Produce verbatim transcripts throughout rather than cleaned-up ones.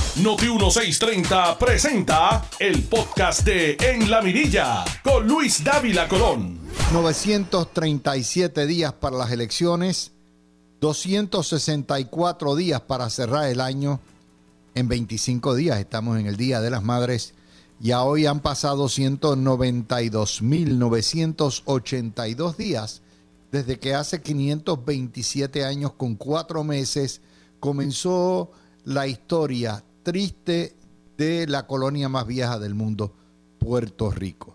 Noti dieciséis treinta presenta el podcast de En la Mirilla con Luis Dávila Colón. novecientos treinta y siete días para las elecciones, doscientos sesenta y cuatro días para cerrar el año. En veinticinco días estamos en el Día de las Madres y a hoy han pasado ciento noventa y dos mil novecientos ochenta y dos días desde que hace quinientos veintisiete años con cuatro meses comenzó la historia triste de la colonia más vieja del mundo, Puerto Rico.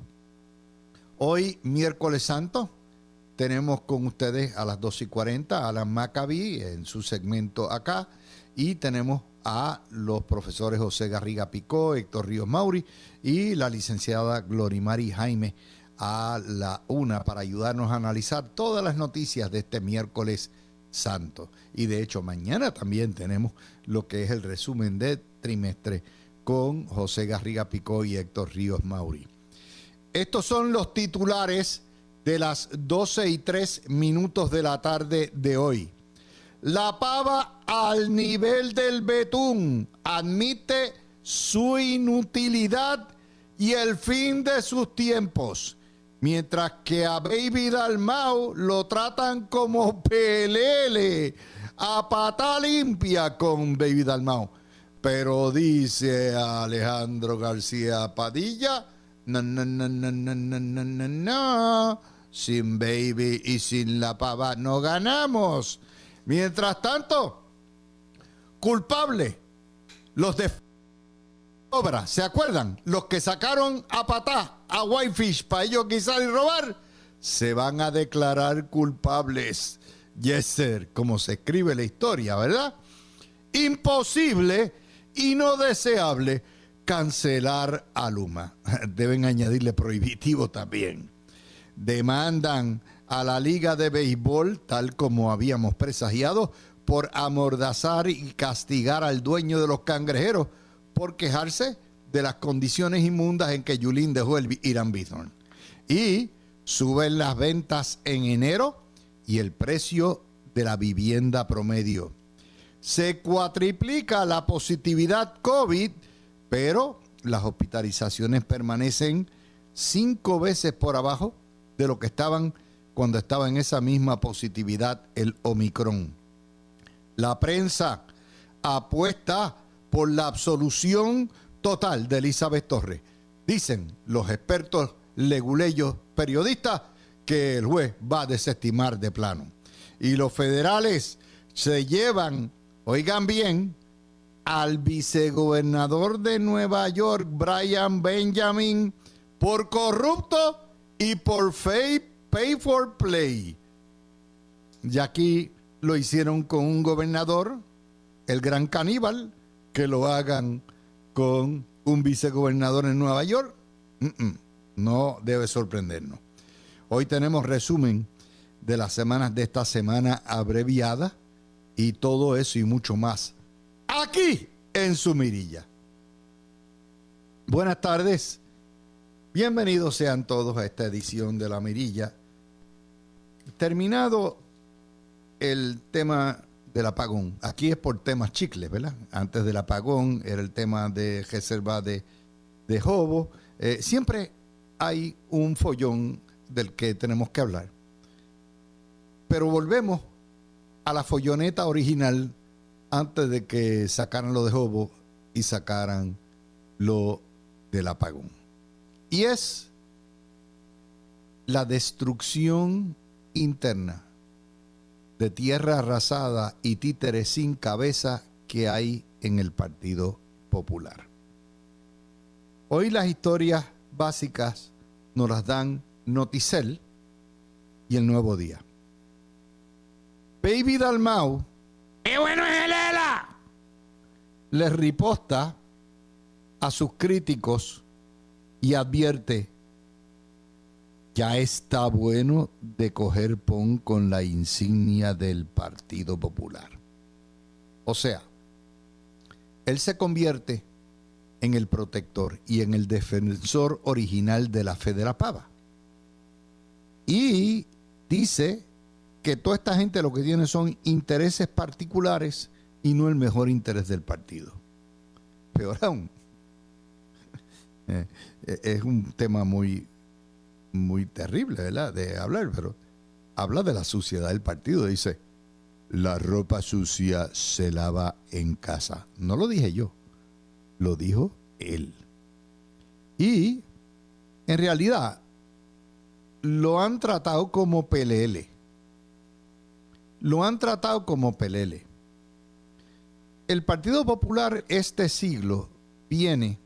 Hoy, miércoles santo, tenemos con ustedes a las doce y cuarenta a Alan Maccabi en su segmento acá, y tenemos a los profesores José Garriga Picó, Héctor Ríos Mauri y la licenciada Glorimari Jaime a la una para ayudarnos a analizar todas las noticias de este miércoles santo. Y de hecho mañana también tenemos lo que es el resumen de trimestre con José Garriga Picó y Héctor Ríos Mauri. Estos son los titulares de las doce y tres minutos de la tarde de hoy. La pava al nivel del betún admite su inutilidad y el fin de sus tiempos, mientras que a Baby Dalmau lo tratan como pelele, a pata limpia con Baby Dalmau. Pero dice Alejandro García Padilla, no, no, no, no, no, no, no, no, no, sin Baby y sin la pava no ganamos. Mientras tanto, culpable, los de obra, ¿se acuerdan? Los que sacaron a patá a Whitefish para ellos guisar y robar, se van a declarar culpables. Yes, sir, como se escribe la historia, ¿verdad? Imposible y no deseable cancelar a Luma. Deben añadirle prohibitivo también. Demandan a la Liga de Béisbol, tal como habíamos presagiado, por amordazar y castigar al dueño de los Cangrejeros por quejarse de las condiciones inmundas en que Yulín dejó el Irán Bithorn. Y suben las ventas en enero y el precio de la vivienda promedio. Se cuatriplica la positividad COVID, pero las hospitalizaciones permanecen cinco veces por abajo de lo que estaban cuando estaba en esa misma positividad el Omicron. La prensa apuesta por la absolución total de Elizabeth Torres. Dicen los expertos leguleyos periodistas que el juez va a desestimar de plano. Y los federales se llevan, oigan bien, al vicegobernador de Nueva York, Brian Benjamin, por corrupto y por fake pay for play. Y aquí lo hicieron con un gobernador, el gran caníbal, que lo hagan con un vicegobernador en Nueva York. Mm-mm, no debe sorprendernos. Hoy tenemos resumen de las semanas de esta semana abreviada y todo eso y mucho más aquí en su mirilla. Buenas tardes. Bienvenidos sean todos a esta edición de La Mirilla. Terminado el tema del apagón, aquí es por temas chicles, ¿verdad? Antes del apagón era el tema de reserva de, de Jobo. Eh, siempre hay un follón del que tenemos que hablar. Pero volvemos a la folloneta original antes de que sacaran lo de Jobo y sacaran lo del apagón. Y es la destrucción interna de tierra arrasada y títeres sin cabeza que hay en el Partido Popular. Hoy las historias básicas nos las dan Noticel y El Nuevo Día. Baby Dalmau, ¡qué bueno es el Ela!, les riposta a sus críticos y advierte: ya está bueno de coger pon con la insignia del Partido Popular. O sea, él se convierte en el protector y en el defensor original de la fe de la pava. Y dice que toda esta gente lo que tiene son intereses particulares y no el mejor interés del partido. peor aún. Eh, es un tema muy, muy terrible, ¿verdad?, de hablar, pero habla de la suciedad del partido. Dice, la ropa sucia se lava en casa. No lo dije yo, lo dijo él. Y en realidad lo han tratado como pelele. Lo han tratado como pelele. El Partido Popular este siglo viene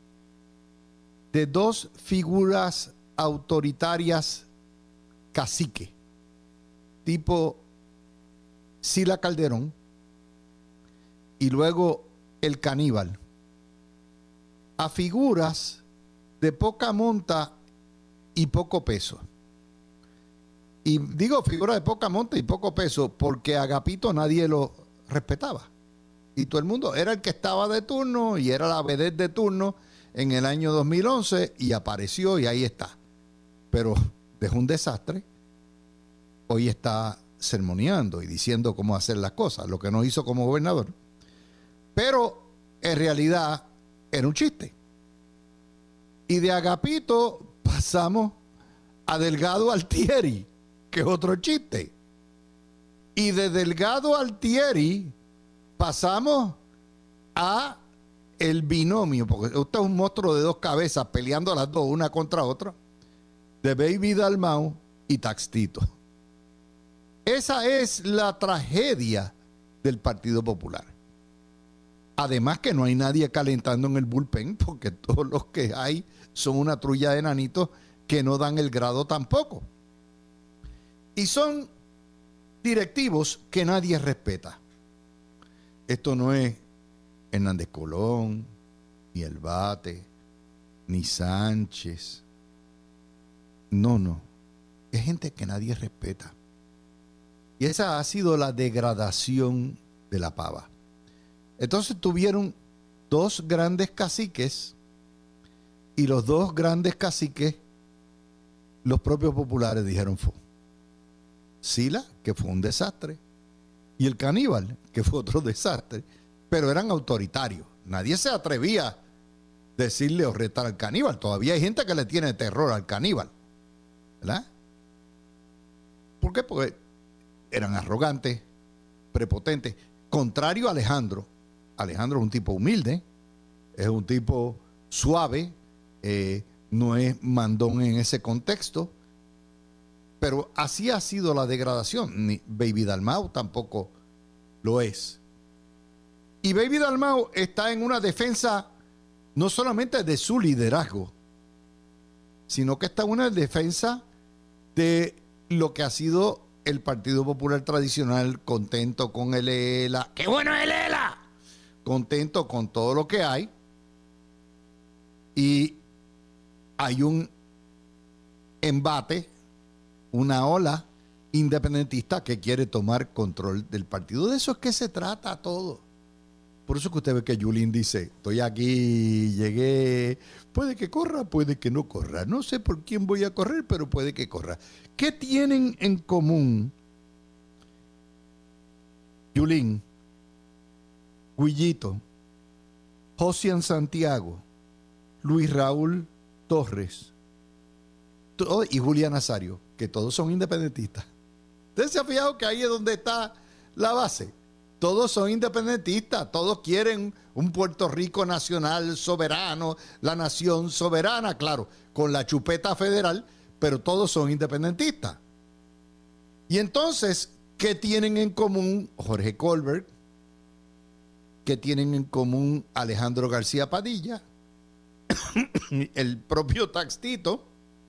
de dos figuras autoritarias cacique, tipo Sila Calderón y luego el Caníbal, a figuras de poca monta y poco peso. Y digo figura de poca monta y poco peso porque a Agapito nadie lo respetaba. Y todo el mundo era el que estaba de turno y era la vedette de turno en el año dos mil once y apareció y ahí está. Pero dejó un desastre. Hoy está sermoneando y diciendo cómo hacer las cosas, lo que no hizo como gobernador. Pero en realidad era un chiste. Y de Agapito pasamos a Delgado Altieri, que es otro chiste. Y de Delgado Altieri pasamos a el binomio, porque usted es un monstruo de dos cabezas peleando a las dos, una contra otra, de Baby Dalmau y Taxito. Esa es la tragedia del Partido Popular. Además que no hay nadie calentando en el bullpen, porque todos los que hay son una trulla de nanitos que no dan el grado tampoco. Y son directivos que nadie respeta. Esto no es Hernández Colón, ni El Bate, ni Sánchez. No, no. Es gente que nadie respeta. Y esa ha sido la degradación de la pava. Entonces tuvieron dos grandes caciques y los dos grandes caciques, los propios populares dijeron fue. Sila, que fue un desastre, y el Caníbal, que fue otro desastre, pero eran autoritarios. Nadie se atrevía a decirle o retar al Caníbal. Todavía hay gente que le tiene terror al Caníbal, ¿verdad? ¿Por qué? Porque eran arrogantes, prepotentes. Contrario a Alejandro. Alejandro es un tipo humilde, es un tipo suave, eh, no es mandón en ese contexto, pero así ha sido la degradación. Ni Baby Dalmau tampoco lo es. Y Baby Dalmau está en una defensa no solamente de su liderazgo, sino que está en una defensa de lo que ha sido el Partido Popular tradicional, contento con el E L A. ¡Qué bueno es el E L A! Contento con todo lo que hay. Y hay un embate, una ola independentista que quiere tomar control del partido. De eso es que se trata todo. Por eso que usted ve que Yulín dice, estoy aquí, llegué, puede que corra, puede que no corra. No sé por quién voy a correr, pero puede que corra. ¿Qué tienen en común Yulín, Guillito, Josian Santiago, Luis Raúl Torres todo, y Julián Nazario? Que todos son independentistas. ¿Usted se ha fijado que ahí es donde está la base? Todos son independentistas, todos quieren un Puerto Rico nacional soberano, la nación soberana, claro, con la chupeta federal, pero todos son independentistas. Y entonces, ¿qué tienen en común Jorge Colbert? ¿Qué tienen en común Alejandro García Padilla? El propio Taxito.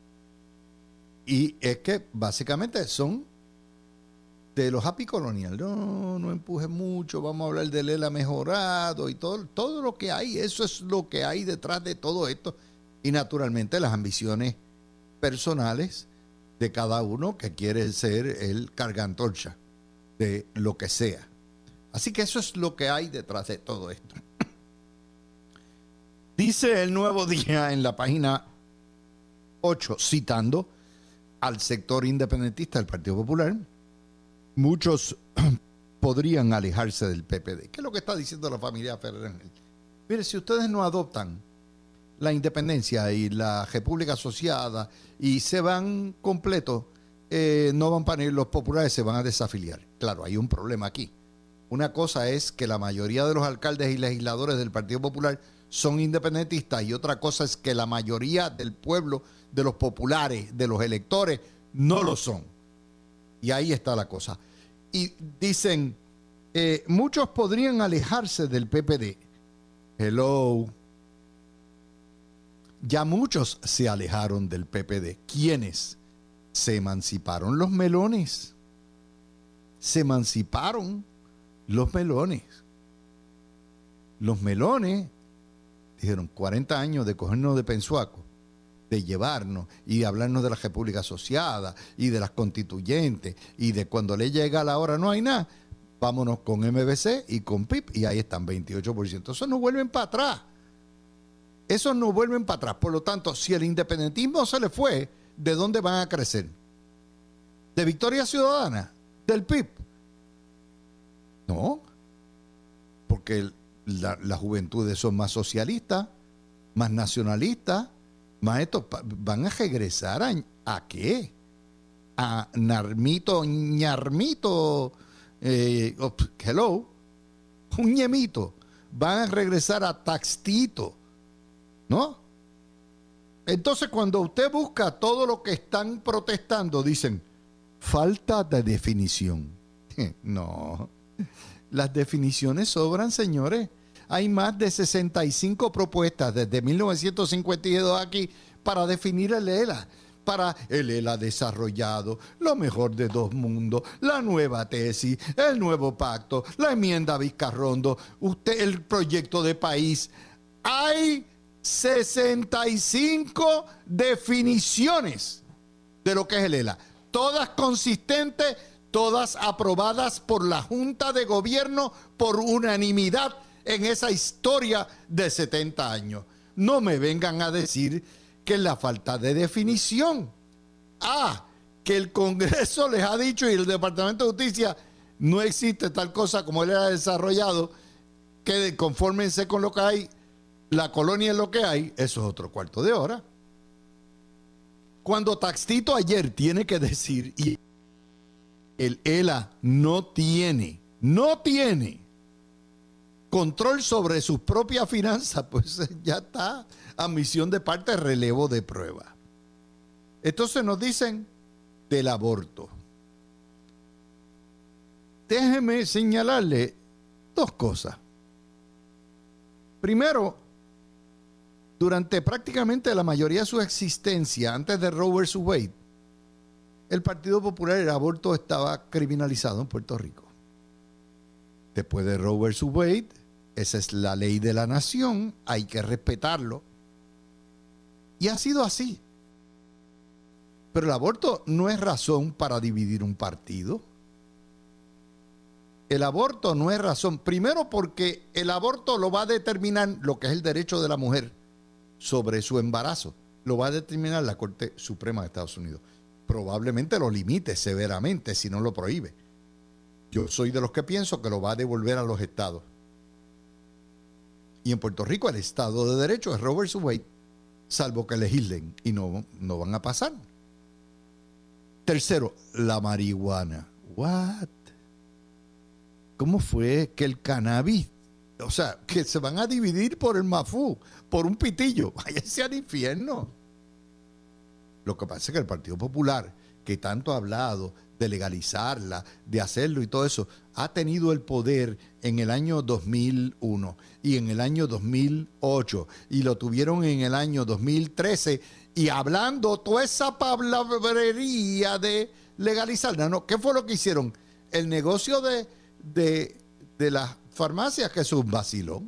Y es que básicamente son de los happy colonial. No, no empuje mucho, vamos a hablar del E L A mejorado y todo, todo lo que hay, eso es lo que hay detrás de todo esto. Y naturalmente las ambiciones personales de cada uno que quiere ser el cargantorcha de lo que sea. Así que eso es lo que hay detrás de todo esto. Dice El Nuevo Día en la página ocho, citando al sector independentista del Partido Popular, muchos podrían alejarse del P P D. ¿Qué es lo que está diciendo la familia Ferrer Ángel? Mire, si ustedes no adoptan la independencia y la república asociada y se van completos, eh, no van para ir, los populares se van a desafiliar. Claro, hay un problema aquí. Una cosa es que la mayoría de los alcaldes y legisladores del Partido Popular son independentistas y otra cosa es que la mayoría del pueblo, de los populares, de los electores, no lo son. Y ahí está la cosa. Y dicen, eh, muchos podrían alejarse del P P D. Hello. Ya muchos se alejaron del P P D. ¿Quiénes? Se emanciparon los melones. Se emanciparon los melones. Los melones dijeron cuarenta años de cogernos de pensuaco, de llevarnos y de hablarnos de la República Asociada y de las constituyentes y de cuando le llega la hora no hay nada. Vámonos con M B C y con P I B y ahí están veintiocho por ciento. Eso no vuelven para atrás. Esos no vuelven para atrás. Por lo tanto, si el independentismo se le fue, ¿de dónde van a crecer? ¿De Victoria Ciudadana? ¿Del P I B? No, porque la, las juventudes son más socialistas, más nacionalistas, más estos, van a regresar a, ¿a qué? A Narmito, Ñarmito, eh, oh, hello, un ñemito, van a regresar a Taxtito, ¿no? Entonces cuando usted busca todo lo que están protestando, dicen, falta de definición. No, las definiciones sobran, señores. Hay más de sesenta y cinco propuestas desde mil novecientos cincuenta y dos aquí para definir el E L A. Para el E L A desarrollado, lo mejor de dos mundos, la nueva tesis, el nuevo pacto, la enmienda Vizcarrondo, usted, el proyecto de país. Hay sesenta y cinco definiciones de lo que es el E L A. Todas consistentes, todas aprobadas por la Junta de Gobierno por unanimidad en esa historia de setenta años. No me vengan a decir que es la falta de definición. Ah, que el Congreso les ha dicho y el Departamento de Justicia no existe tal cosa como él era desarrollado, que confórmense con lo que hay, la colonia es lo que hay, eso es otro cuarto de hora. Cuando Taxtito ayer tiene que decir, y el E L A no tiene, no tiene control sobre sus propias finanzas, pues ya está, admisión de parte, relevo de prueba. Entonces nos dicen del aborto. Déjeme señalarle dos cosas. Primero, durante prácticamente la mayoría de su existencia, antes de Roe versus Wade, el Partido Popular, el aborto estaba criminalizado en Puerto Rico. Después de Roe versus Wade, esa es la ley de la nación, hay que respetarlo. Y ha sido así. Pero el aborto no es razón para dividir un partido. El aborto no es razón. Primero porque el aborto lo va a determinar lo que es el derecho de la mujer sobre su embarazo. Lo va a determinar la Corte Suprema de Estados Unidos. Probablemente lo limite severamente si no lo prohíbe. Yo soy de los que pienso que lo va a devolver a los estados. Y en Puerto Rico el Estado de Derecho es Roe versus Wade, salvo que legislen y no, no van a pasar. Tercero, la marihuana. ¿What? ¿Cómo fue que el cannabis, o sea, que se van a dividir por el mafú, por un pitillo? Váyanse al infierno. Lo que pasa es que el Partido Popular, que tanto ha hablado de legalizarla, de hacerlo y todo eso, ha tenido el poder en el año dos mil uno y en el año dos mil ocho y lo tuvieron en el año dos mil trece y hablando toda esa palabrería de legalizarla. No, ¿qué fue lo que hicieron? El negocio de, de, de las farmacias, que es un vacilón.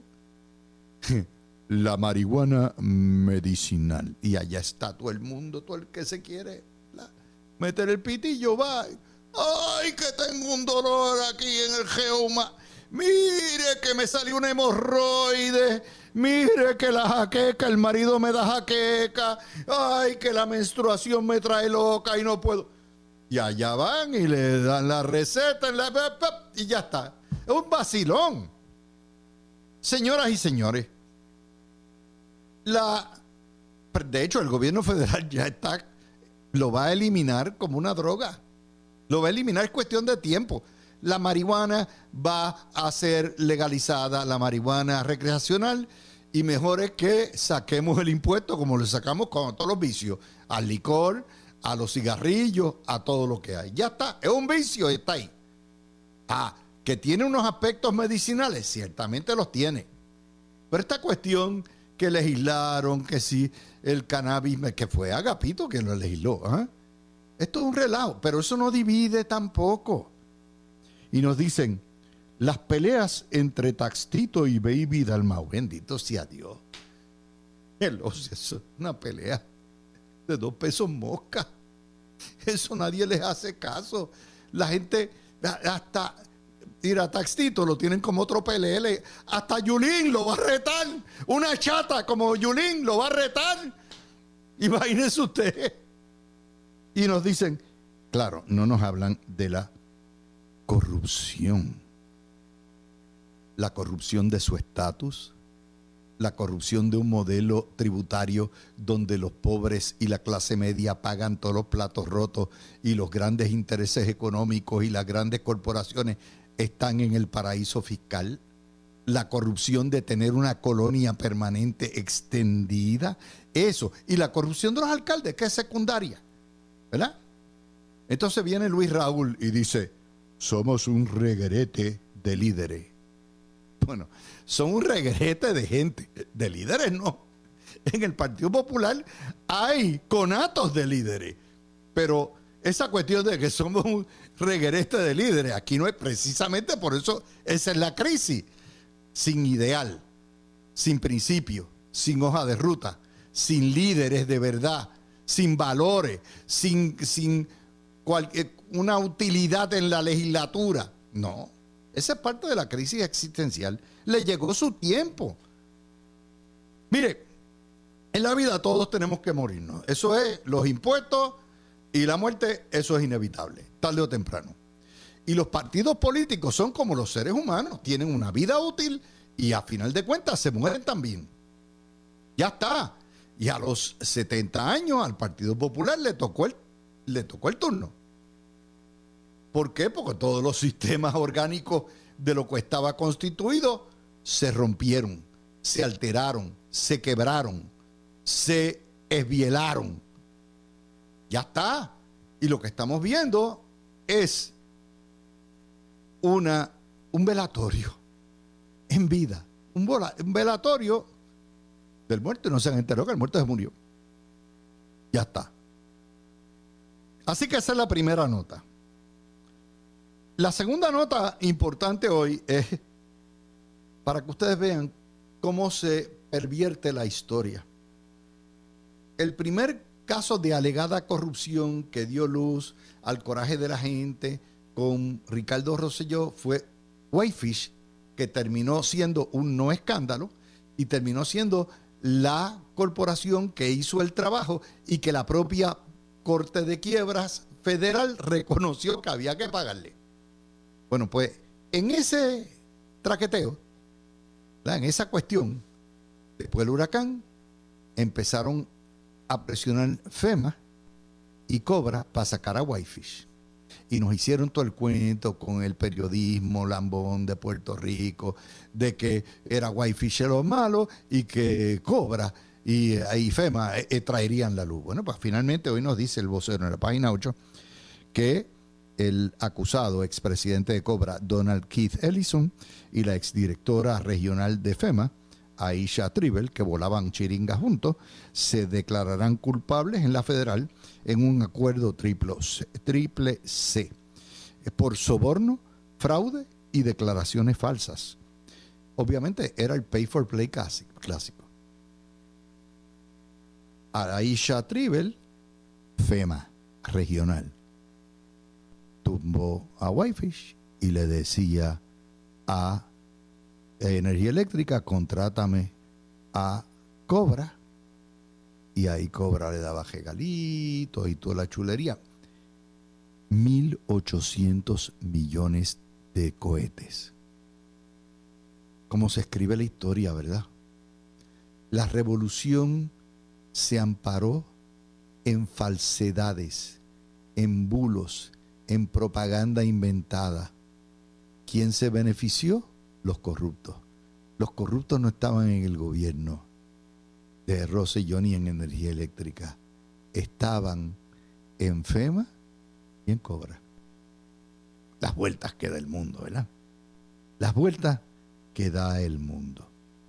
La marihuana medicinal. Y allá está todo el mundo, todo el que se quiere la, meter el pitillo, va. ¡Ay, que tengo un dolor aquí en el reuma! Mire que me salió una hemorroide. Mire que la jaqueca, el marido me da jaqueca. Ay, que la menstruación me trae loca y no puedo. Y allá van y le dan la receta y ya está. Es un vacilón. Señoras y señores, La, de hecho, el gobierno federal ya está, lo va a eliminar como una droga. Lo va a eliminar, es cuestión de tiempo. La marihuana va a ser legalizada, la marihuana recreacional, y mejor es que saquemos el impuesto como le sacamos con todos los vicios, al licor, a los cigarrillos, a todo lo que hay. Ya está, es un vicio y está ahí. Ah, que tiene unos aspectos medicinales, ciertamente los tiene. Pero esta cuestión que legislaron, que si el cannabis, que fue Agapito quien lo legisló, ¿eh? Esto es un relajo, pero eso no divide tampoco. Y nos dicen, las peleas entre Taxito y Baby Dalmau, bendito sea Dios. Eso es una pelea de dos pesos mosca. Eso nadie les hace caso. La gente, hasta, mira, Taxito lo tienen como otro P L L. Hasta Yulín lo va a retar. Una chata como Yulín lo va a retar. Imagínese usted. Y nos dicen, claro, no nos hablan de la corrupción. La corrupción de su estatus, la corrupción de un modelo tributario donde los pobres y la clase media pagan todos los platos rotos y los grandes intereses económicos y las grandes corporaciones están en el paraíso fiscal. La corrupción de tener una colonia permanente extendida, eso. Y la corrupción de los alcaldes, que es secundaria, ¿verdad? Entonces viene Luis Raúl y dice, somos un reguerete de líderes. Bueno, son un reguerete de gente, de líderes no. En el Partido Popular hay conatos de líderes, pero esa cuestión de que somos un reguerete de líderes, aquí no es precisamente por eso, esa es la crisis. Sin ideal, sin principio, sin hoja de ruta, sin líderes de verdad, sin valores, sin, sin cualquier, una utilidad en la legislatura. No, esa es parte de la crisis existencial. Le llegó su tiempo. Mire, en la vida todos tenemos que morirnos. Eso es, los impuestos y la muerte, eso es inevitable, tarde o temprano. Y los partidos políticos son como los seres humanos, tienen una vida útil y a final de cuentas se mueren también. Ya está. Y a los setenta años al Partido Popular le tocó el, le tocó el turno. ¿Por qué? Porque todos los sistemas orgánicos de lo que estaba constituido se rompieron, se alteraron, se quebraron, se esbielaron. Ya está. Y lo que estamos viendo es una, un velatorio en vida. Un, vola, un velatorio del muerto. No se han enterado que el muerto se murió. Ya está. Así que esa es la primera nota. La segunda nota importante hoy es para que ustedes vean cómo se pervierte la historia. El primer caso de alegada corrupción que dio luz al coraje de la gente con Ricardo Rosselló fue Whitefish, que terminó siendo un no escándalo y terminó siendo la corporación que hizo el trabajo y que la propia Corte de Quiebras Federal reconoció que había que pagarle. Bueno, pues en ese traqueteo, ¿verdad?, en esa cuestión, después del huracán, empezaron a presionar FEMA y Cobra para sacar a Whitefish. Y nos hicieron todo el cuento con el periodismo lambón de Puerto Rico, de que era Whitefish lo malo y que Cobra y, y FEMA eh, traerían la luz. Bueno, pues finalmente hoy nos dice el vocero en la página ocho que el acusado expresidente de Cobra, Donald Keith Ellison, y la exdirectora regional de FEMA, Aisha Tribble, que volaban chiringas juntos, se declararán culpables en la federal en un acuerdo triple C, triple C por soborno, fraude y declaraciones falsas. Obviamente era el pay for play clásico. Aisha Tribble, FEMA regional, tumbó a Whitefish y le decía a Energía Eléctrica, contrátame a Cobra, y ahí Cobra le daba regalitos y toda la chulería. mil ochocientos millones de cohetes. Como se escribe la historia, ¿verdad? La revolución se amparó en falsedades, en bulos, en propaganda inventada. ¿Quién se benefició? Los corruptos. Los corruptos no estaban en el gobierno de Rosselló ni en energía eléctrica. Estaban en FEMA y en Cobra. Las vueltas que da el mundo, ¿verdad? Las vueltas que da el mundo.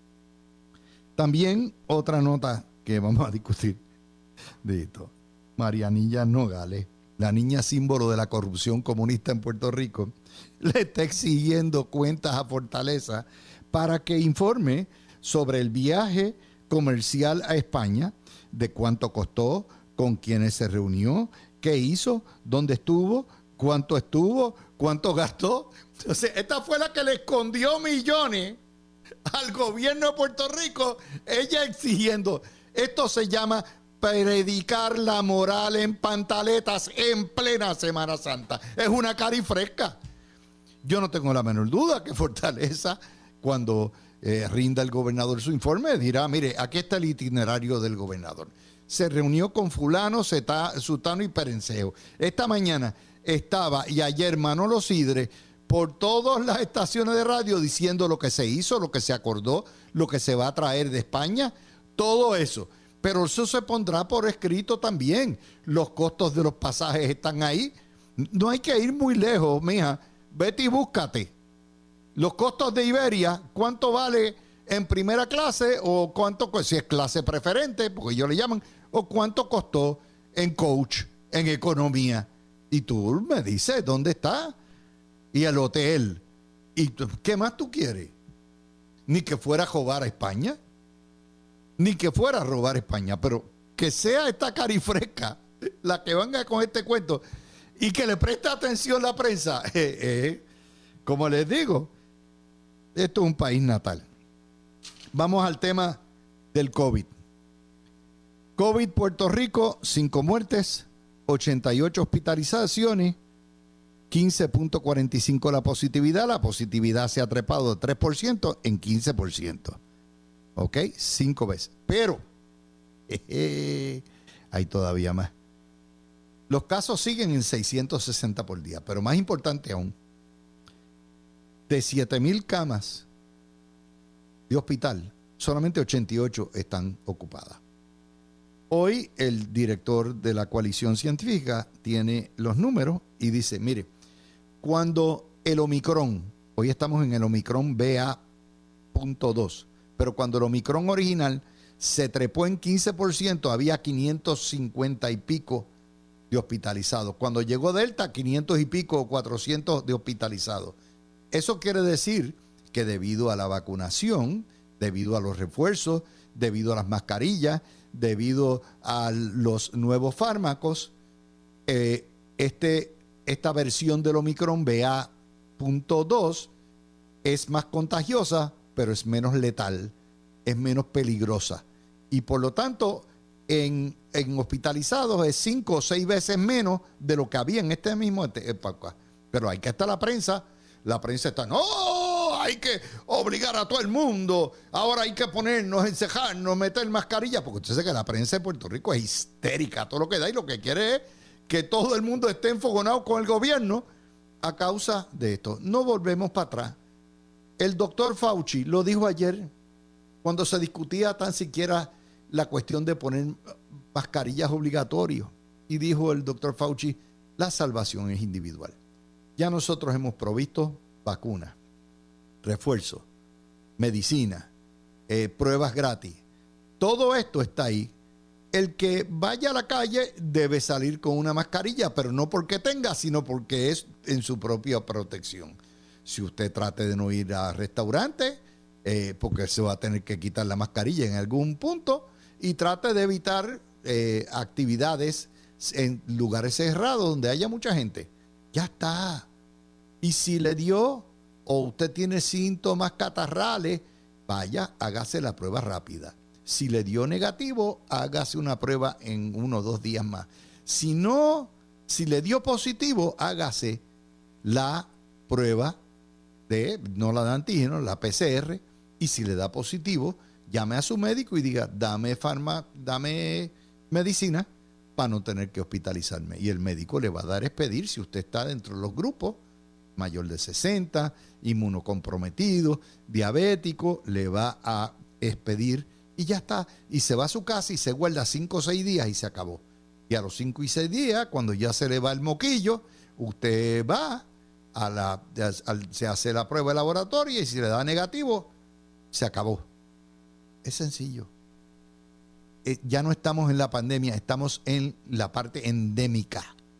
También otra nota que vamos a discutir de esto. Marianilla Nogales, la niña símbolo de la corrupción comunista en Puerto Rico, le está exigiendo cuentas a Fortaleza para que informe sobre el viaje comercial a España, de cuánto costó, con quiénes se reunió, qué hizo, dónde estuvo, cuánto estuvo, cuánto gastó. Entonces, esta fue la que le escondió millones al gobierno de Puerto Rico, ella exigiendo. Esto se llama predicar la moral en pantaletas en plena Semana Santa. Es una carifresca. Yo no tengo la menor duda que Fortaleza, cuando eh, rinda el gobernador su informe, dirá, mire, aquí está el itinerario del gobernador. Se reunió con fulano, Zeta, sutano y perenceo. Esta mañana estaba, y ayer Manolo Sidre, por todas las estaciones de radio diciendo lo que se hizo, lo que se acordó, lo que se va a traer de España, todo eso. Pero eso se pondrá por escrito también. Los costos de los pasajes están ahí. No hay que ir muy lejos, mija. Vete y búscate. Los costos de Iberia, ¿cuánto vale en primera clase? O cuánto, si es clase preferente, porque ellos le llaman, o cuánto costó en coach, en economía. Y tú me dices, ¿dónde está? Y el hotel. ¿Y qué más tú quieres? Ni que fuera a robar a España. Ni que fuera a robar a España. Pero que sea esta carifresca la que venga con este cuento y que le preste atención la prensa. Eh, eh, como les digo, esto es un país natal. Vamos al tema del COVID. COVID Puerto Rico, cinco muertes, ochenta y ocho hospitalizaciones, quince punto cuarenta y cinco la positividad. La positividad se ha trepado de tres por ciento en quince por ciento. ¿Ok? Cinco veces. Pero jeje, hay todavía más. Los casos siguen en seiscientos sesenta por día. Pero más importante aún, de siete mil camas de hospital, solamente ochenta y ocho están ocupadas. Hoy el director de la coalición científica tiene los números y dice, mire, cuando el Omicron, hoy estamos en el Omicron B A punto dos, pero cuando el Omicron original se trepó en quince por ciento, había quinientos cincuenta y pico de hospitalizados. Cuando llegó Delta, quinientos y pico o cuatrocientos de hospitalizados. Eso quiere decir que debido a la vacunación, debido a los refuerzos, debido a las mascarillas, debido a los nuevos fármacos, eh, este, esta versión del Omicron B A punto dos es más contagiosa, pero es menos letal, es menos peligrosa. Y por lo tanto, en, en hospitalizados es cinco o seis veces menos de lo que había en esta misma época. Pero hay que estar la prensa. La prensa está, no, hay que obligar a todo el mundo. Ahora hay que ponernos, encejarnos, meter mascarilla. Porque usted sabe que la prensa de Puerto Rico es histérica, todo lo que da, y lo que quiere es que todo el mundo esté enfogonado con el gobierno a causa de esto. No volvemos para atrás. El doctor Fauci lo dijo ayer cuando se discutía tan siquiera la cuestión de poner mascarillas obligatorias. Y dijo el doctor Fauci, la salvación es individual. Ya nosotros hemos provisto vacunas, refuerzos, medicina, eh, pruebas gratis. Todo esto está ahí. El que vaya a la calle debe salir con una mascarilla, pero no porque tenga, sino porque es en su propia protección. Si usted trate de no ir a restaurantes, eh, porque se va a tener que quitar la mascarilla en algún punto, y trate de evitar eh, actividades en lugares cerrados donde haya mucha gente. Ya está. Y si le dio o usted tiene síntomas catarrales, vaya, hágase la prueba rápida. Si le dio negativo, hágase una prueba en uno o dos días más. Si no, si le dio positivo, hágase la prueba de, no la de antígeno, la P C R, y si le da positivo, llame a su médico y diga, dame farma, dame medicina para no tener que hospitalizarme. Y el médico le va a dar expedir si usted está dentro de los grupos, mayor de sesenta, inmunocomprometido, diabético, le va a expedir y ya está. Y se va a su casa y se guarda cinco o seis días y se acabó. Y a los cinco y seis días, cuando ya se le va el moquillo, usted va, a la, a, se hace la prueba de laboratorio y si le da negativo, se acabó. Es sencillo. Eh, ya no estamos en la pandemia, estamos en la parte endémica.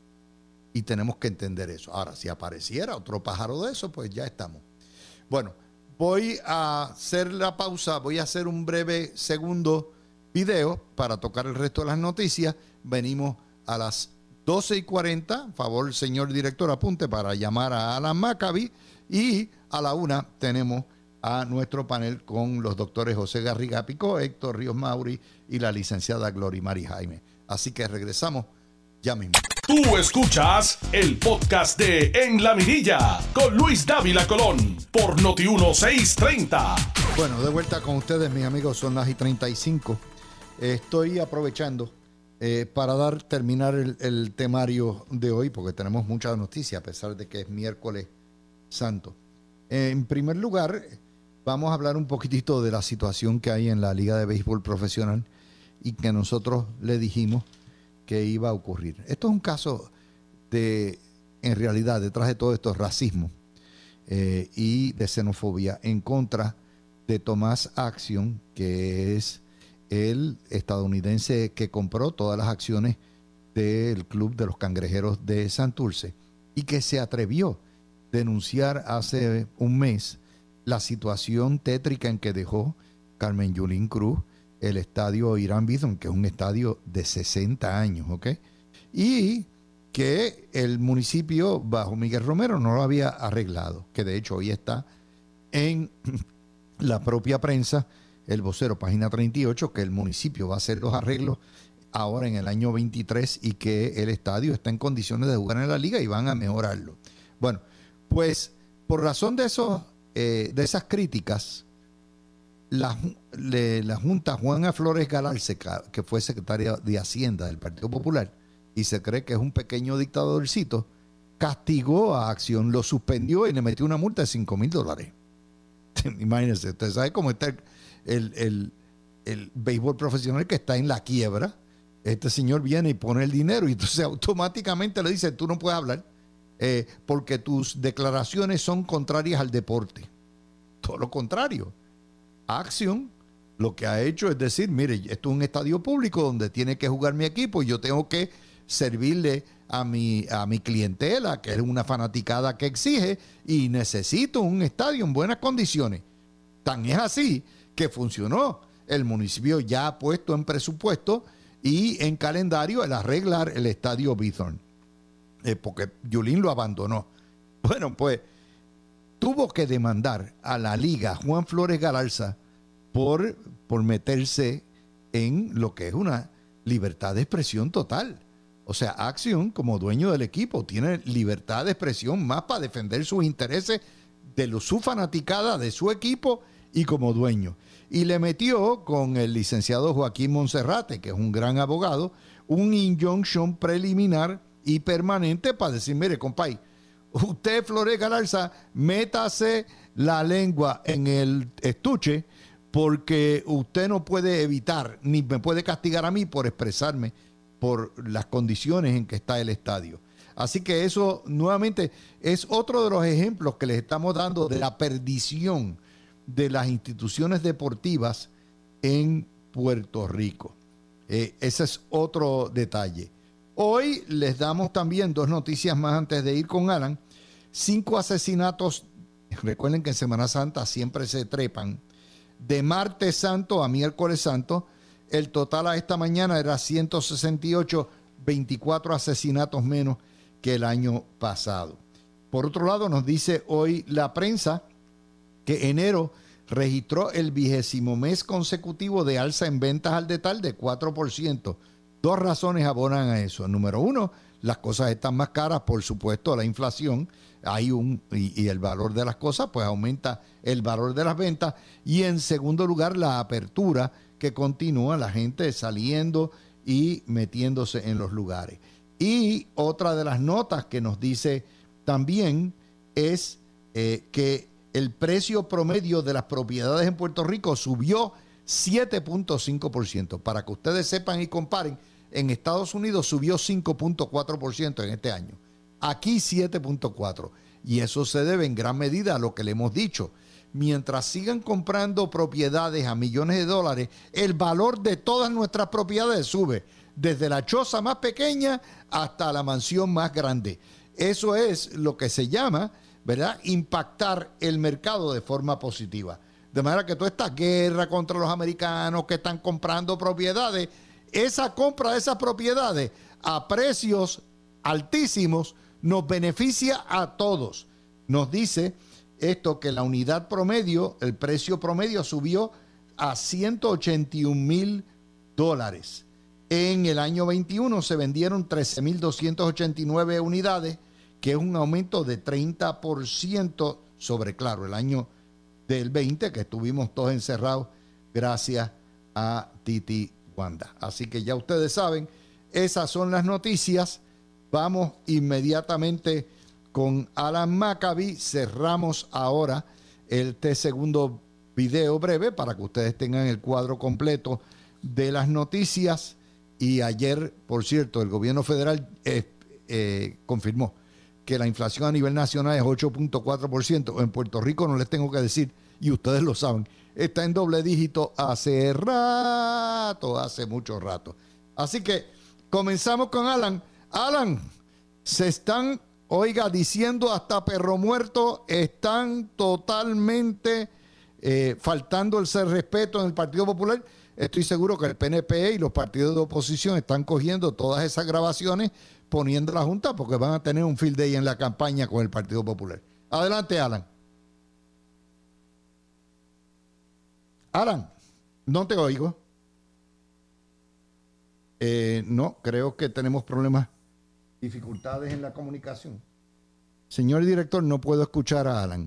Y tenemos que entender eso. Ahora, si apareciera otro pájaro de eso, pues ya estamos. Bueno, voy a hacer la pausa, voy a hacer un breve segundo video para tocar el resto de las noticias. Venimos a las doce y cuarenta, favor, señor director, apunte para llamar a Alan Maccabi. Y a la una tenemos a nuestro panel con los doctores José Garriga Picó, Héctor Ríos Mauri y la licenciada Glory Mari Jaime. Así que regresamos ya mismo. Tú escuchas el podcast de En la Mirilla con Luis Dávila Colón por Noti uno seiscientos treinta. Bueno, de vuelta con ustedes, mis amigos, son las y treinta y cinco. Eh, estoy aprovechando eh, para dar, terminar el, el temario de hoy, porque tenemos muchas noticias, a pesar de que es miércoles santo. Eh, en primer lugar, vamos a hablar un poquitito de la situación que hay en la Liga de Béisbol Profesional y que nosotros le dijimos que iba a ocurrir. Esto es un caso de, en realidad, detrás de todo esto es racismo eh, y de xenofobia en contra de Thomas Action, que es el estadounidense que compró todas las acciones del Club de los Cangrejeros de Santurce y que se atrevió a denunciar hace un mes la situación tétrica en que dejó Carmen Yulín Cruz el estadio Irán Bithorn, que es un estadio de sesenta años, ¿ok? Y que el municipio bajo Miguel Romero no lo había arreglado, que de hecho hoy está en la propia prensa, el vocero, página treinta y ocho, que el municipio va a hacer los arreglos ahora en el año veintitrés y que el estadio está en condiciones de jugar en la liga y van a mejorarlo. Bueno, pues por razón de, esos, eh, de esas críticas, La, le, la Junta Juana Flores Galarza, que fue secretaria de Hacienda del Partido Popular y se cree que es un pequeño dictadorcito, castigó a Acción, lo suspendió y le metió una multa de cinco mil dólares. Imagínense, usted sabe cómo está el, el, el, el béisbol profesional, que está en la quiebra. Este señor viene y pone el dinero y entonces automáticamente le dice, tú no puedes hablar eh, porque tus declaraciones son contrarias al deporte. Todo lo contrario. Acción lo que ha hecho es decir, mire, esto es un estadio público donde tiene que jugar mi equipo y yo tengo que servirle a mi, a mi clientela, que es una fanaticada que exige, y necesito un estadio en buenas condiciones. Tan es así que funcionó. El municipio ya ha puesto en presupuesto y en calendario el arreglar el estadio Bithorn, eh, porque Yulín lo abandonó. Bueno, pues tuvo que demandar a la liga Juan Flores Galarza por, por meterse en lo que es una libertad de expresión total. O sea, Acción, como dueño del equipo, tiene libertad de expresión más para defender sus intereses de lo, su fanaticada, de su equipo y como dueño. Y le metió con el licenciado Joaquín Monserrate, que es un gran abogado, un injunction preliminar y permanente para decir, mire, compay, usted, Flores Galarza, métase la lengua en el estuche porque usted no puede evitar ni me puede castigar a mí por expresarme por las condiciones en que está el estadio. Así que eso nuevamente es otro de los ejemplos que les estamos dando de la perdición de las instituciones deportivas en Puerto Rico. Eh, ese es otro detalle. Hoy les damos también dos noticias más antes de ir con Alan. Cinco asesinatos, recuerden que en Semana Santa siempre se trepan, de martes santo a miércoles santo. El total a esta mañana era ciento sesenta y ocho, veinticuatro asesinatos menos que el año pasado. Por otro lado, nos dice hoy la prensa que enero registró el vigésimo mes consecutivo de alza en ventas al detalle de cuatro por ciento. Dos razones abonan a eso. Número uno, las cosas están más caras, por supuesto, la inflación, hay un, y, y el valor de las cosas, pues aumenta el valor de las ventas. Y en segundo lugar, la apertura que continúa, la gente saliendo y metiéndose en los lugares. Y otra de las notas que nos dice también es eh, que el precio promedio de las propiedades en Puerto Rico subió siete punto cinco por ciento. Para que ustedes sepan y comparen, en Estados Unidos subió cinco punto cuatro por ciento en este año. Aquí siete punto cuatro por ciento. Y eso se debe en gran medida a lo que le hemos dicho. Mientras sigan comprando propiedades a millones de dólares, el valor de todas nuestras propiedades sube. Desde la choza más pequeña hasta la mansión más grande. Eso es lo que se llama, ¿verdad?, impactar el mercado de forma positiva. De manera que toda esta guerra contra los americanos que están comprando propiedades, esa compra de esas propiedades a precios altísimos nos beneficia a todos. Nos dice esto que la unidad promedio, el precio promedio subió a ciento ochenta y un mil dólares. En el año veintiuno se vendieron trece mil doscientas ochenta y nueve unidades, que es un aumento de treinta por ciento sobre, claro, el año del veinte, que estuvimos todos encerrados gracias a Titi Wanda. Así que ya ustedes saben, esas son las noticias. Vamos inmediatamente con Alan Maccabi. Cerramos ahora este segundo video breve para que ustedes tengan el cuadro completo de las noticias. Y ayer, por cierto, el gobierno federal eh, eh, confirmó que la inflación a nivel nacional es ocho punto cuatro por ciento. En Puerto Rico no les tengo que decir, y ustedes lo saben, está en doble dígito hace rato, hace mucho rato. Así que comenzamos con Alan. Alan, se están, oiga, diciendo hasta perro muerto, están totalmente eh, faltando el ser respeto en el Partido Popular. Estoy seguro que el P N P y los partidos de oposición están cogiendo todas esas grabaciones, poniendo la Junta, porque van a tener un field day en la campaña con el Partido Popular. Adelante, Alan. Alan, no te oigo. Eh, no, creo que tenemos problemas, dificultades en la comunicación. Señor director, no puedo escuchar a Alan.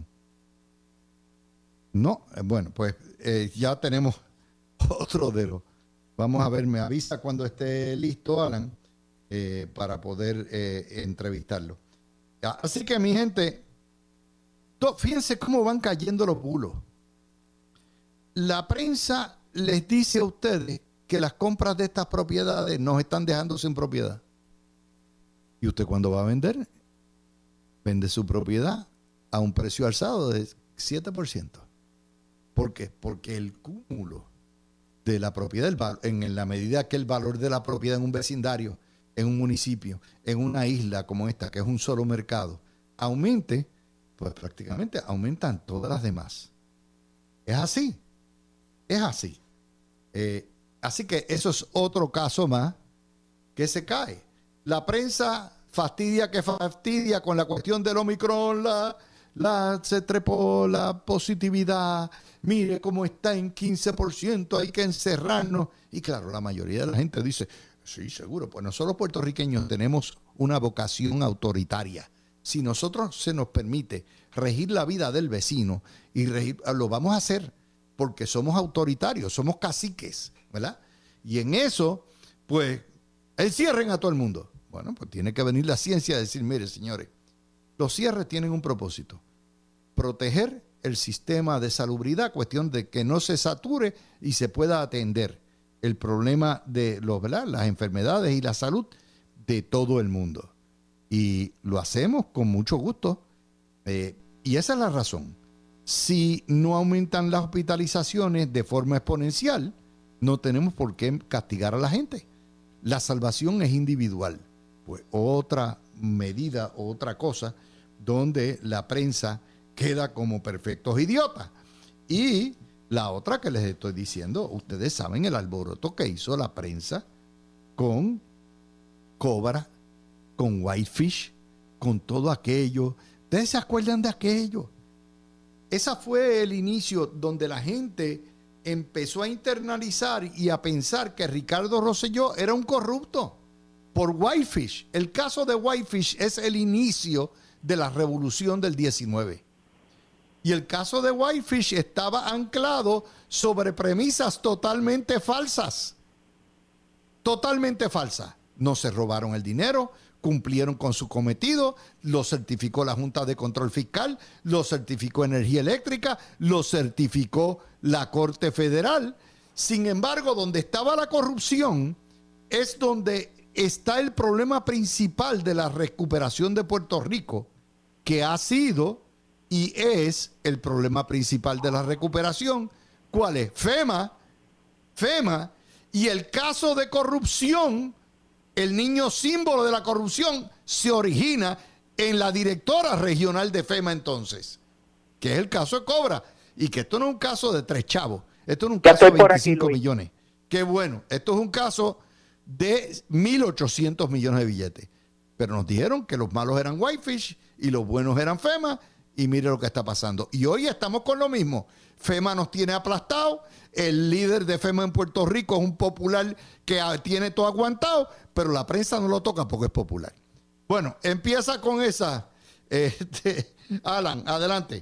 No, eh, bueno, pues eh, ya tenemos otro de los. Vamos a ver, me avisa cuando esté listo, Alan, eh, para poder eh, entrevistarlo. Así que, mi gente, to, fíjense cómo van cayendo los bulos. La prensa les dice a ustedes que las compras de estas propiedades nos están dejando sin propiedad. ¿Y usted cuándo va a vender? Vende su propiedad a un precio alzado de siete por ciento. ¿Por qué? Porque el cúmulo de la propiedad, en la medida que el valor de la propiedad en un vecindario, en un municipio, en una isla como esta, que es un solo mercado, aumente, pues prácticamente aumentan todas las demás. Es así, es así. Eh, así que eso es otro caso más que se cae. La prensa fastidia que fastidia con la cuestión del Omicron, la, la, se trepó la positividad, mire cómo está en quince por ciento, hay que encerrarnos. Y claro, la mayoría de la gente dice, sí, seguro, pues nosotros puertorriqueños tenemos una vocación autoritaria. Si nosotros se nos permite regir la vida del vecino, y regir, lo vamos a hacer porque somos autoritarios, somos caciques, ¿verdad? Y en eso, pues, encierren a todo el mundo. Bueno, pues tiene que venir la ciencia a decir, mire, señores, los cierres tienen un propósito, proteger el sistema de salubridad, cuestión de que no se sature y se pueda atender el problema de los, ¿verdad?, las enfermedades y la salud de todo el mundo. Y lo hacemos con mucho gusto. Eh, y esa es la razón. Si no aumentan las hospitalizaciones de forma exponencial, no tenemos por qué castigar a la gente. La salvación es individual. Pues otra medida, otra cosa, donde la prensa queda como perfectos idiotas. Y la otra que les estoy diciendo, ustedes saben el alboroto que hizo la prensa con Cobra, con Whitefish, con todo aquello. ¿Ustedes se acuerdan de aquello? Ese fue el inicio donde la gente empezó a internalizar y a pensar que Ricardo Rosselló era un corrupto por Whitefish. El caso de Whitefish es el inicio de la revolución del diecinueve. Y el caso de Whitefish estaba anclado sobre premisas totalmente falsas. Totalmente falsas. No se robaron el dinero, cumplieron con su cometido, lo certificó la Junta de Control Fiscal, lo certificó Energía Eléctrica, lo certificó la Corte Federal. Sin embargo, donde estaba la corrupción es donde está el problema principal de la recuperación de Puerto Rico, que ha sido y es el problema principal de la recuperación. ¿Cuál es? FEMA, FEMA, y el caso de corrupción, el niño símbolo de la corrupción, se origina en la directora regional de FEMA entonces, que es el caso de Cobra, y que esto no es un caso de tres chavos, esto no es un caso de veinticinco millones. Qué bueno, esto es un caso de mil ochocientos millones de billetes. Pero nos dijeron que los malos eran Whitefish y los buenos eran FEMA, y mire lo que está pasando. Y hoy estamos con lo mismo. FEMA nos tiene aplastado, el líder de FEMA en Puerto Rico es un popular que tiene todo aguantado, pero la prensa no lo toca porque es popular. Bueno, empieza con esa, este, Alan, adelante.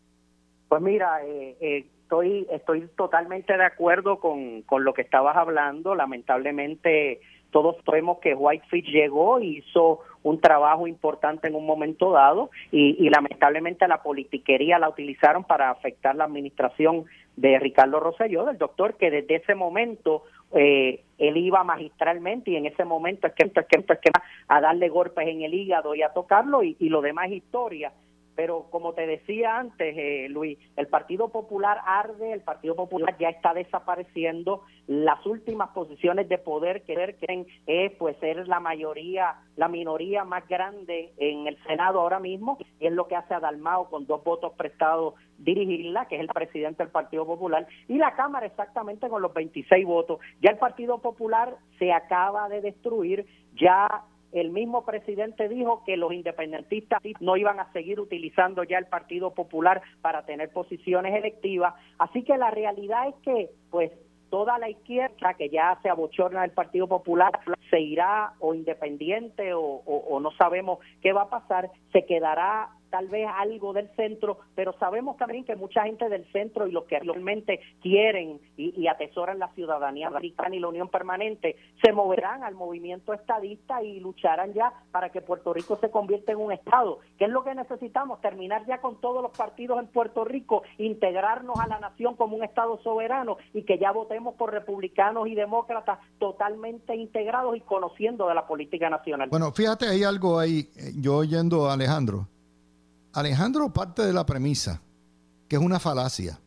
Pues mira, eh, eh, estoy estoy totalmente de acuerdo con, con lo que estabas hablando. Lamentablemente todos sabemos que Whitefish llegó y hizo un trabajo importante en un momento dado y, y lamentablemente la politiquería la utilizaron para afectar la administración de Ricardo Rosselló, del doctor, que desde ese momento eh, él iba magistralmente y en ese momento es que, es que, es que a darle golpes en el hígado y a tocarlo y, y lo demás es historia. Pero como te decía antes, eh, Luis, el Partido Popular arde, el Partido Popular ya está desapareciendo. Las últimas posiciones de poder que quieren es pues ser la mayoría, la minoría más grande en el Senado ahora mismo, y es lo que hace a Dalmau con dos votos prestados dirigirla, que es el presidente del Partido Popular, y la Cámara exactamente con los veintiséis votos. Ya el Partido Popular se acaba de destruir, ya el mismo presidente dijo que los independentistas no iban a seguir utilizando ya el Partido Popular para tener posiciones electivas, así que la realidad es que pues toda la izquierda que ya se abochorna del Partido Popular se irá o independiente o, o, o no sabemos qué va a pasar, se quedará tal vez algo del centro, pero sabemos también que mucha gente del centro y los que realmente quieren y, y atesoran la ciudadanía americana y la unión permanente, se moverán al movimiento estadista y lucharán ya para que Puerto Rico se convierta en un estado. ¿Qué es lo que necesitamos? Terminar ya con todos los partidos en Puerto Rico, integrarnos a la nación como un estado soberano y que ya votemos por republicanos y demócratas totalmente integrados y conociendo de la política nacional. Bueno, fíjate, hay algo ahí, yo oyendo a Alejandro. Alejandro parte de la premisa, que es una falacia,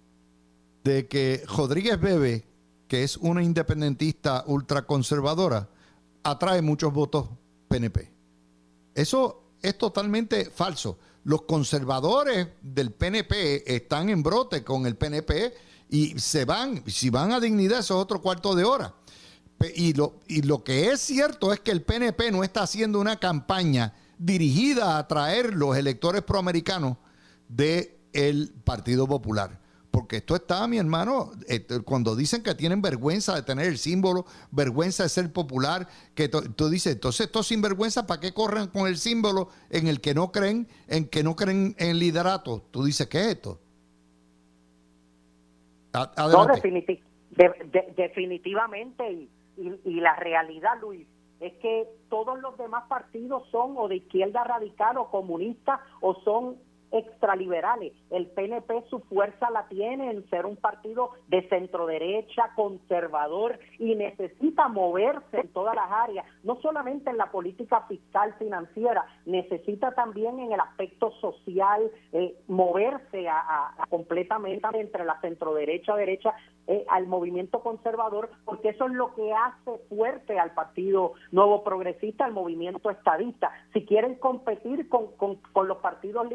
de que Rodríguez Bebe, que es una independentista ultraconservadora, atrae muchos votos P N P. Eso es totalmente falso. Los conservadores del P N P están en brote con el P N P y se van, si van a Dignidad, eso es otro cuarto de hora. Y lo, y lo que es cierto es que el P N P no está haciendo una campaña dirigida a atraer los electores proamericanos del Partido Popular. Porque esto está, mi hermano, cuando dicen que tienen vergüenza de tener el símbolo, vergüenza de ser popular, que tú dices, entonces estos sinvergüenza, ¿para qué corren con el símbolo en el que no creen, en que no creen en liderato? Tú dices, ¿qué es esto? Adelante. No, definitiv de, de, definitivamente, y, y, y la realidad, Luis, es que todos los demás partidos son o de izquierda radical o comunista o son extraliberales. El P N P su fuerza la tiene en ser un partido de centro derecha, conservador, y necesita moverse en todas las áreas, no solamente en la política fiscal financiera, necesita también en el aspecto social, eh, moverse a, a, a completamente entre la centro derecha, derecha, eh, al movimiento conservador, porque eso es lo que hace fuerte al Partido Nuevo Progresista, al movimiento estadista. Si quieren competir con, con, con los partidos liberales,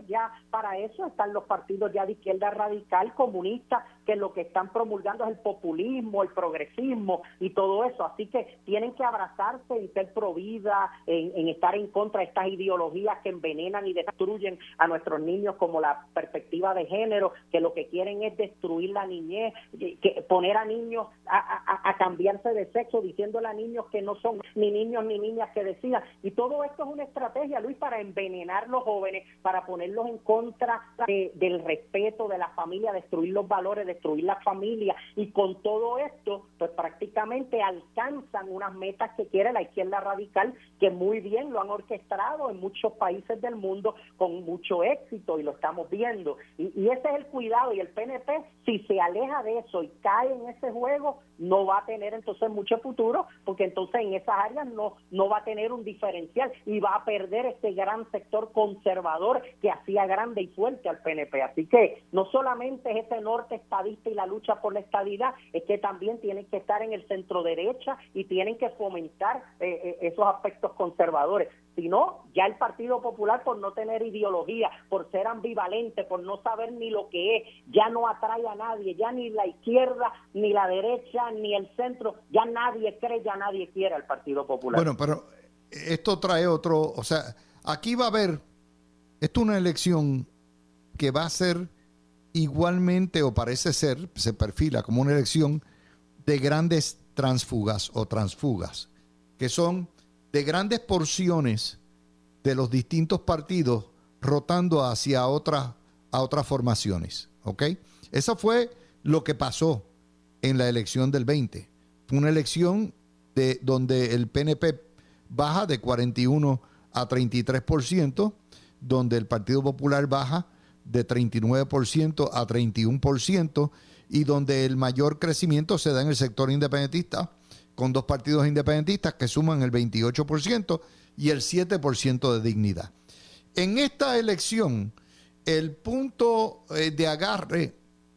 ya para eso están los partidos ya de izquierda radical, comunista, que lo que están promulgando es el populismo, el progresismo y todo eso. Así que tienen que abrazarse en ser pro vida, en, en estar en contra de estas ideologías que envenenan y destruyen a nuestros niños, como la perspectiva de género, que lo que quieren es destruir la niñez, que poner a niños a, a, a cambiarse de sexo, diciéndole a niños que no son ni niños ni niñas que decidan. Y todo esto es una estrategia, Luis, para envenenar los jóvenes, para ponerlos en contra de, del respeto de la familia, destruir los valores, destruir la familia. Y con todo esto, pues prácticamente alcanzan unas metas que quiere la izquierda radical, que muy bien lo han orquestado en muchos países del mundo con mucho éxito, y lo estamos viendo. Y, y ese es el cuidado, y el P N P, si se aleja de eso y cae en ese juego, no va a tener entonces mucho futuro, porque entonces en esas áreas no, no va a tener un diferencial y va a perder ese gran sector conservador que hacía grande y fuerte al P N P. Así que no solamente es ese norte estadista y la lucha por la estadidad, es que también tienen que estar en el centro derecha y tienen que fomentar eh, eh, esos aspectos conservadores. Si no, ya el Partido Popular, por no tener ideología, por ser ambivalente, por no saber ni lo que es, ya no atrae a nadie, ya ni la izquierda, ni la derecha, ni el centro, ya nadie cree, ya nadie quiere al Partido Popular. Bueno, pero esto trae otro, o sea, aquí va a haber, esto es una elección que va a ser igualmente, o parece ser, se perfila como una elección de grandes transfugas o transfugas, que son de grandes porciones de los distintos partidos rotando hacia otras, a otras formaciones, ¿ok? Eso fue lo que pasó en la elección del veinte. Fue una elección de, donde el P N P baja de cuarenta y uno a treinta y tres por ciento, donde el Partido Popular baja de treinta y nueve por ciento a treinta y uno por ciento, y donde el mayor crecimiento se da en el sector independentista, con dos partidos independentistas que suman el veintiocho por ciento y el siete por ciento de Dignidad. En esta elección, el punto eh, de agarre,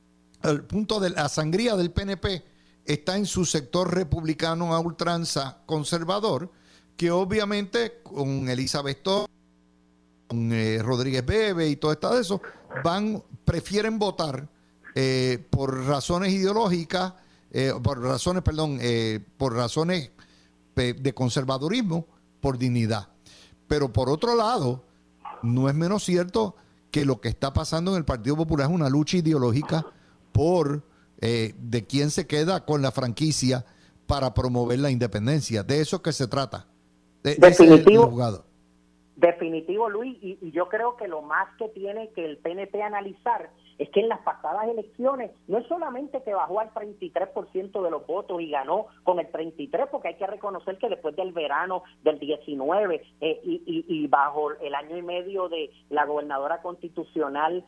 el punto de la sangría del P N P está en su sector republicano a ultranza conservador, que obviamente con Elizabeth Torres, con eh, Rodríguez Bebe y todo esto de eso, van, prefieren votar eh, por razones ideológicas, Eh, por razones, perdón, eh, por razones de, de conservadurismo, por dignidad. Pero por otro lado, no es menos cierto que lo que está pasando en el Partido Popular es una lucha ideológica por eh, de quién se queda con la franquicia para promover la independencia. De eso que se trata. De, Definitivo. Ese es el Definitivo, Luis, y, y yo creo que lo más que tiene que el P N P analizar es que en las pasadas elecciones no es solamente que bajó al treinta y tres por ciento de los votos y ganó con el treinta y tres por ciento, porque hay que reconocer que después del verano del diecinueve eh, y, y, y bajo el año y medio de la gobernadora constitucional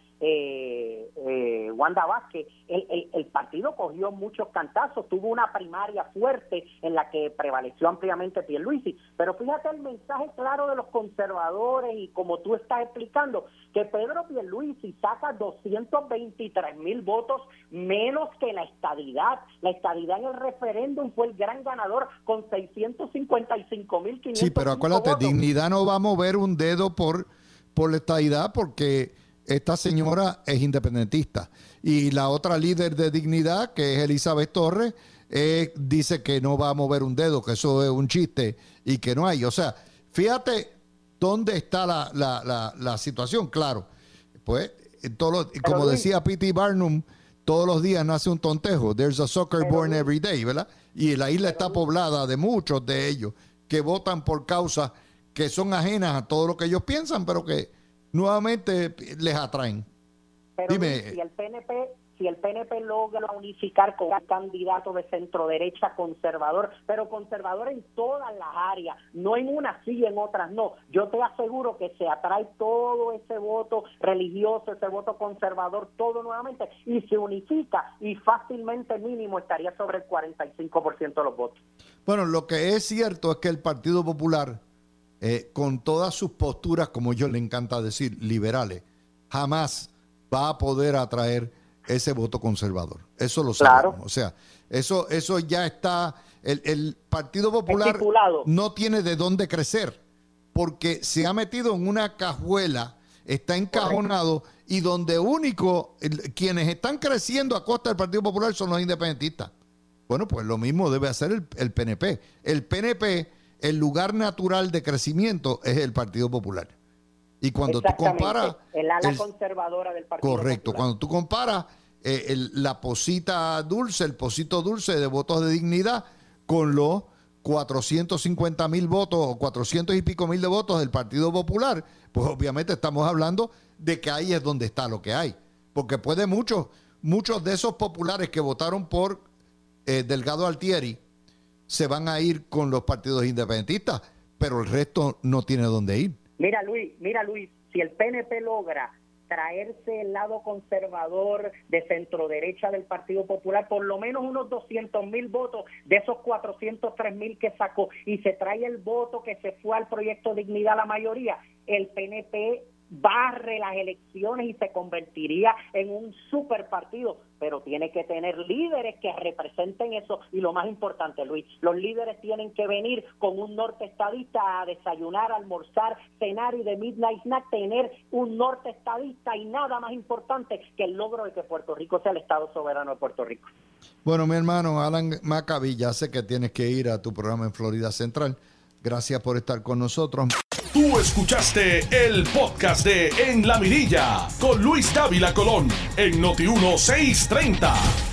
eh, eh, Wanda Vázquez, el, el, el partido cogió muchos cantazos, tuvo una primaria fuerte en la que prevaleció ampliamente Pierluisi, pero fíjate el mensaje claro de los conservadores y como tú estás explicando, que Pedro Pierluisi saca doscientos veintitrés mil votos menos que la estadidad. La estadidad en el referéndum fue el gran ganador con seiscientos cincuenta y cinco mil quinientos. Sí, pero acuérdate, votos. Dignidad no va a mover un dedo por, por la estadidad porque esta señora es independentista. Y la otra líder de Dignidad, que es Elizabeth Torres, eh, dice que no va a mover un dedo, que eso es un chiste y que no hay. O sea, fíjate dónde está la, la, la, la situación. Claro, pues, todos los, como decía P T Barnum, todos los días nace un tontejo. There's a sucker born every day, ¿verdad? Y la isla está poblada de muchos de ellos que votan por causas que son ajenas a todo lo que ellos piensan, pero que nuevamente les atraen. Pero Dime, si el P N P, si el P N P logra unificar con un candidato de centro derecha conservador, pero conservador en todas las áreas, no en unas sí, en otras no, yo te aseguro que se atrae todo ese voto religioso, ese voto conservador, todo nuevamente, y se unifica y fácilmente mínimo estaría sobre el cuarenta y cinco por ciento de los votos. Bueno, lo que es cierto es que el Partido Popular, eh, con todas sus posturas, como yo le encanta decir, liberales, jamás va a poder atraer ese voto conservador. Eso lo sabemos. Claro. O sea, eso, eso ya está. El, el Partido Popular no tiene de dónde crecer porque se ha metido en una cajuela está encajonado y donde único, el, quienes están creciendo a costa del Partido Popular son los independentistas. Bueno, pues lo mismo debe hacer el, el P N P. El P N P, el lugar natural de crecimiento es el Partido Popular. Y cuando tú comparas... el ala el, conservadora del Partido correcto, Popular. Cuando tú comparas eh, el, la posita dulce, el pocito dulce de votos de dignidad con los cuatrocientos cincuenta mil votos o cuatrocientos y pico mil de votos del Partido Popular, pues obviamente estamos hablando de que ahí es donde está lo que hay. Porque puede muchos, muchos de esos populares que votaron por eh, Delgado Altieri se van a ir con los partidos independentistas, pero el resto no tiene dónde ir. Mira, Luis, mira, Luis, si el P N P logra traerse el lado conservador de centro derecha del Partido Popular, por lo menos unos doscientos mil votos de esos cuatrocientos tres mil que sacó, y se trae el voto que se fue al Proyecto Dignidad, la mayoría, el P N P barre las elecciones y se convertiría en un super partido, pero tiene que tener líderes que representen eso, y lo más importante, Luis, los líderes tienen que venir con un norte estadista a desayunar, almorzar, cenar y de midnight snack tener un norte estadista, y nada más importante que el logro de que Puerto Rico sea el Estado soberano de Puerto Rico. Bueno, mi hermano Alan Maccabi, ya sé que tienes que ir a tu programa en Florida Central. Gracias por estar con nosotros. Tú escuchaste el podcast de En la Mirilla con Luis Dávila Colón en Noti uno seiscientos treinta.